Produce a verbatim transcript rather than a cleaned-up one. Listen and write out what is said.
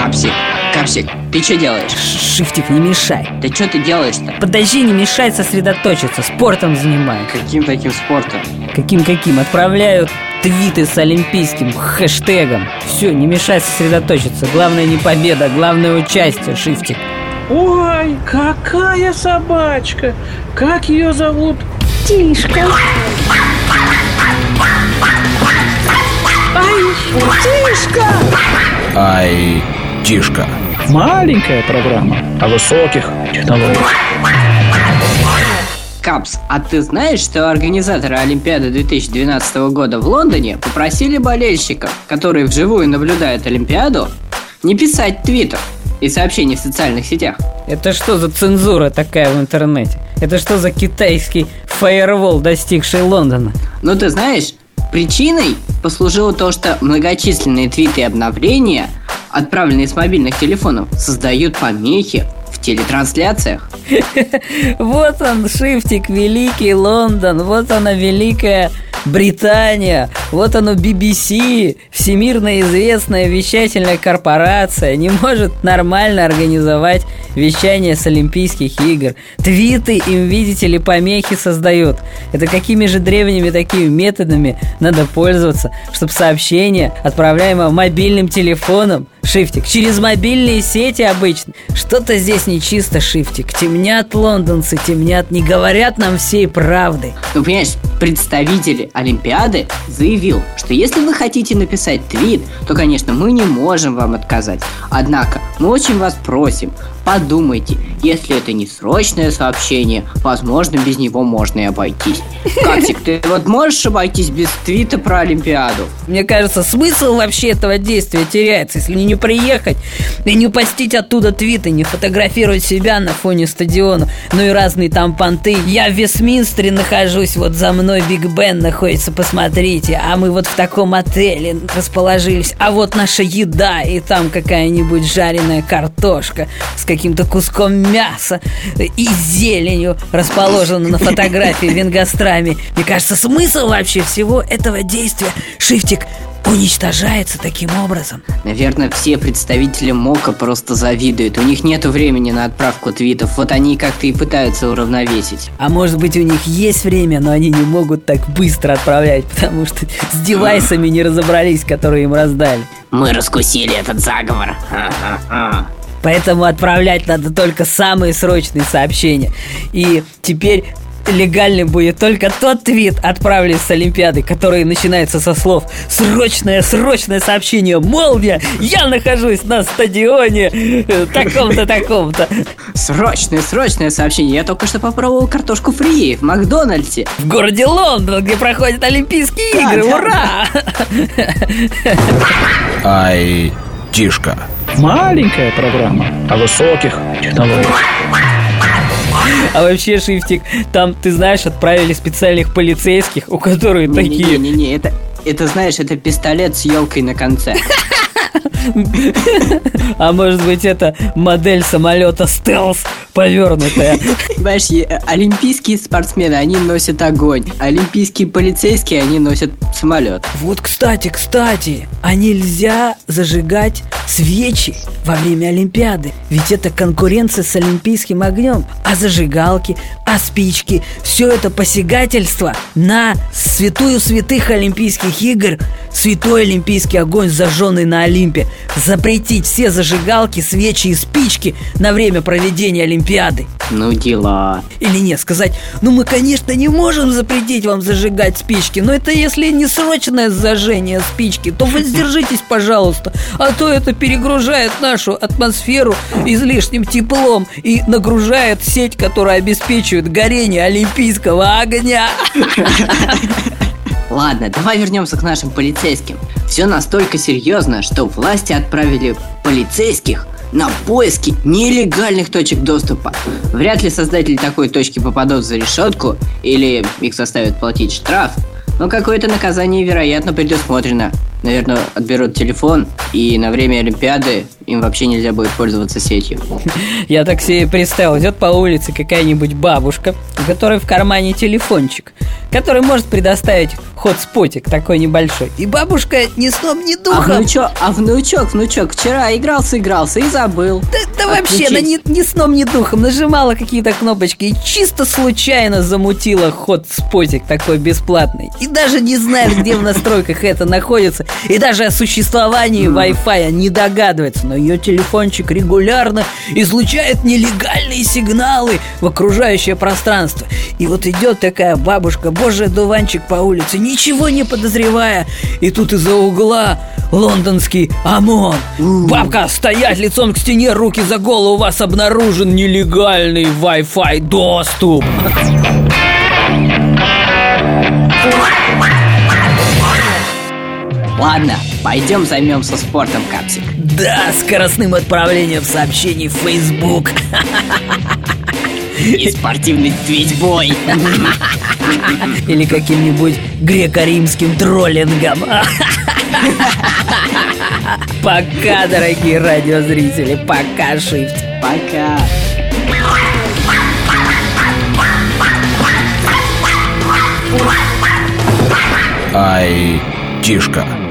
Капсик, Капсик, ты что делаешь? Шифтик, не мешай. Да что ты делаешь-то? Подожди, не мешай сосредоточиться, спортом занимаюсь. Каким таким спортом? Каким-каким? Отправляют твиты с олимпийским хэштегом. Все, не мешай сосредоточиться. Главное не победа, главное участие, Шифтик. Ой, какая собачка! Как ее зовут? Тишка. Ай, Тишка! Ай, Тишка. Маленькая программа о высоких технологиях. Капс, а ты знаешь, что организаторы Олимпиады две тысячи двенадцатого года в Лондоне попросили болельщиков, которые вживую наблюдают Олимпиаду, не писать твитов и сообщений в социальных сетях? Это что за цензура такая в интернете? Это что за китайский фаервол, достигший Лондона? Ну ты знаешь, причиной послужило то, что многочисленные твиты и обновления, отправленные с мобильных телефонов, создают помехи в телетрансляциях. Вот он, Шифтик, великий Лондон. Вот она, великая Британия. Вот оно, би би си, всемирно известная вещательная корпорация, не может нормально организовать вещание с Олимпийских игр. Твиты им, видите ли, помехи создают. Это какими же древними такими методами надо пользоваться, чтобы сообщение, отправляемое мобильным телефоном, Шифтик, через мобильные сети обычно. Что-то здесь нечисто, Шифтик. Темнят лондонцы, темнят, не говорят нам всей правды. Ну, понимаешь, представитель Олимпиады заявил, что если вы хотите написать твит, то, конечно, мы не можем вам отказать. Однако, мы очень вас просим, подумайте, если это не срочное сообщение, возможно, без него можно и обойтись. Капсик, ты вот можешь обойтись без твита про Олимпиаду? Мне кажется, смысл вообще этого действия теряется, если не приехать и не постить оттуда твиты, не фотографировать себя на фоне стадиона, ну и разные там понты. Я в Вестминстере нахожусь, вот за мной Биг Бен находится, посмотрите, а мы вот в таком отеле расположились, а вот наша еда, и там какая-нибудь жареная картошка с каким-то куском мяса и зеленью расположена на фотографии в Ингостраме. Мне кажется, смысл вообще всего этого действия, Шифтик, уничтожается таким образом. Наверное, все представители МОКа просто завидуют. У них нет времени на отправку твитов. Вот они как-то и пытаются уравновесить. А может быть, у них есть время, но они не могут так быстро отправлять, потому что с девайсами не разобрались, которые им раздали. Мы раскусили этот заговор. Ха-ха-ха. Поэтому отправлять надо только самые срочные сообщения. И теперь легальным будет только тот твит, отправленный с Олимпиады, который начинается со слов: «Срочное, срочное сообщение, молния! Я нахожусь на стадионе таком-то, таком-то». Срочное, срочное сообщение. Я только что попробовал картошку фри в Макдональдсе в городе Лондон, где проходят Олимпийские да, игры. да, Ура! Да. Ай, Тишка. Маленькая программа о высоких технологиях. А вообще, Шифтик, там, ты знаешь, отправили специальных полицейских, у которых такие... Не-не-не, это, это, знаешь, это пистолет с елкой на конце. А может быть, это модель самолета стелс повернутая. Понимаешь, олимпийские спортсмены, они носят огонь. Олимпийские полицейские, они носят самолет. Вот, кстати, кстати, а нельзя зажигать свечи во время Олимпиады? Ведь это конкуренция с олимпийским огнем. А зажигалки, а спички, все это посягательство на святую святых Олимпийских игр, святой олимпийский огонь, зажженный на Олимпе. Запретить все зажигалки, свечи и спички на время проведения Олимпиады. Ну дела. Или нет, сказать: ну мы, конечно, не можем запретить вам зажигать спички, но это если не срочное зажжение спички, то воздержитесь, пожалуйста, а то это перегружает нашу атмосферу излишним теплом и нагружает сеть, которая обеспечивает горение олимпийского огня. Ладно, давай вернемся к нашим полицейским. Все настолько серьезно, что власти отправили полицейских на поиски нелегальных точек доступа. Вряд ли создатели такой точки попадут за решетку или их заставят платить штраф, но какое-то наказание, вероятно, предусмотрено. наверное, отберут телефон, и на время Олимпиады им вообще нельзя будет пользоваться сетью. Я так себе представил, идет по улице какая-нибудь бабушка, у которой в кармане телефончик, который может предоставить хотспотик такой небольшой. И бабушка ни сном, ни А духом. внучок, а внучок, внучок вчера игрался, игрался и забыл. Да, да вообще, она ни, ни сном, ни духом нажимала какие-то кнопочки и чисто случайно замутила хотспотик такой бесплатный. И даже не знает, где в настройках это находится, и даже о существовании Wi-Fi не догадывается. Но ее телефончик регулярно излучает нелегальные сигналы в окружающее пространство. И вот идет такая бабушка, божий одуванчик, по улице, ничего не подозревая. И тут из-за угла лондонский ОМОН. Бабка, стоять лицом к стене, руки за голову, у вас обнаружен нелегальный Wi-Fi доступ. Ладно, пойдем займемся спортом, Капсик. Да, скоростным отправлением сообщений в Facebook. И спортивный твитбой. Или каким-нибудь греко-римским троллингом. Пока, дорогие радиозрители. Пока, Шифт. Пока. Ай, Тишка.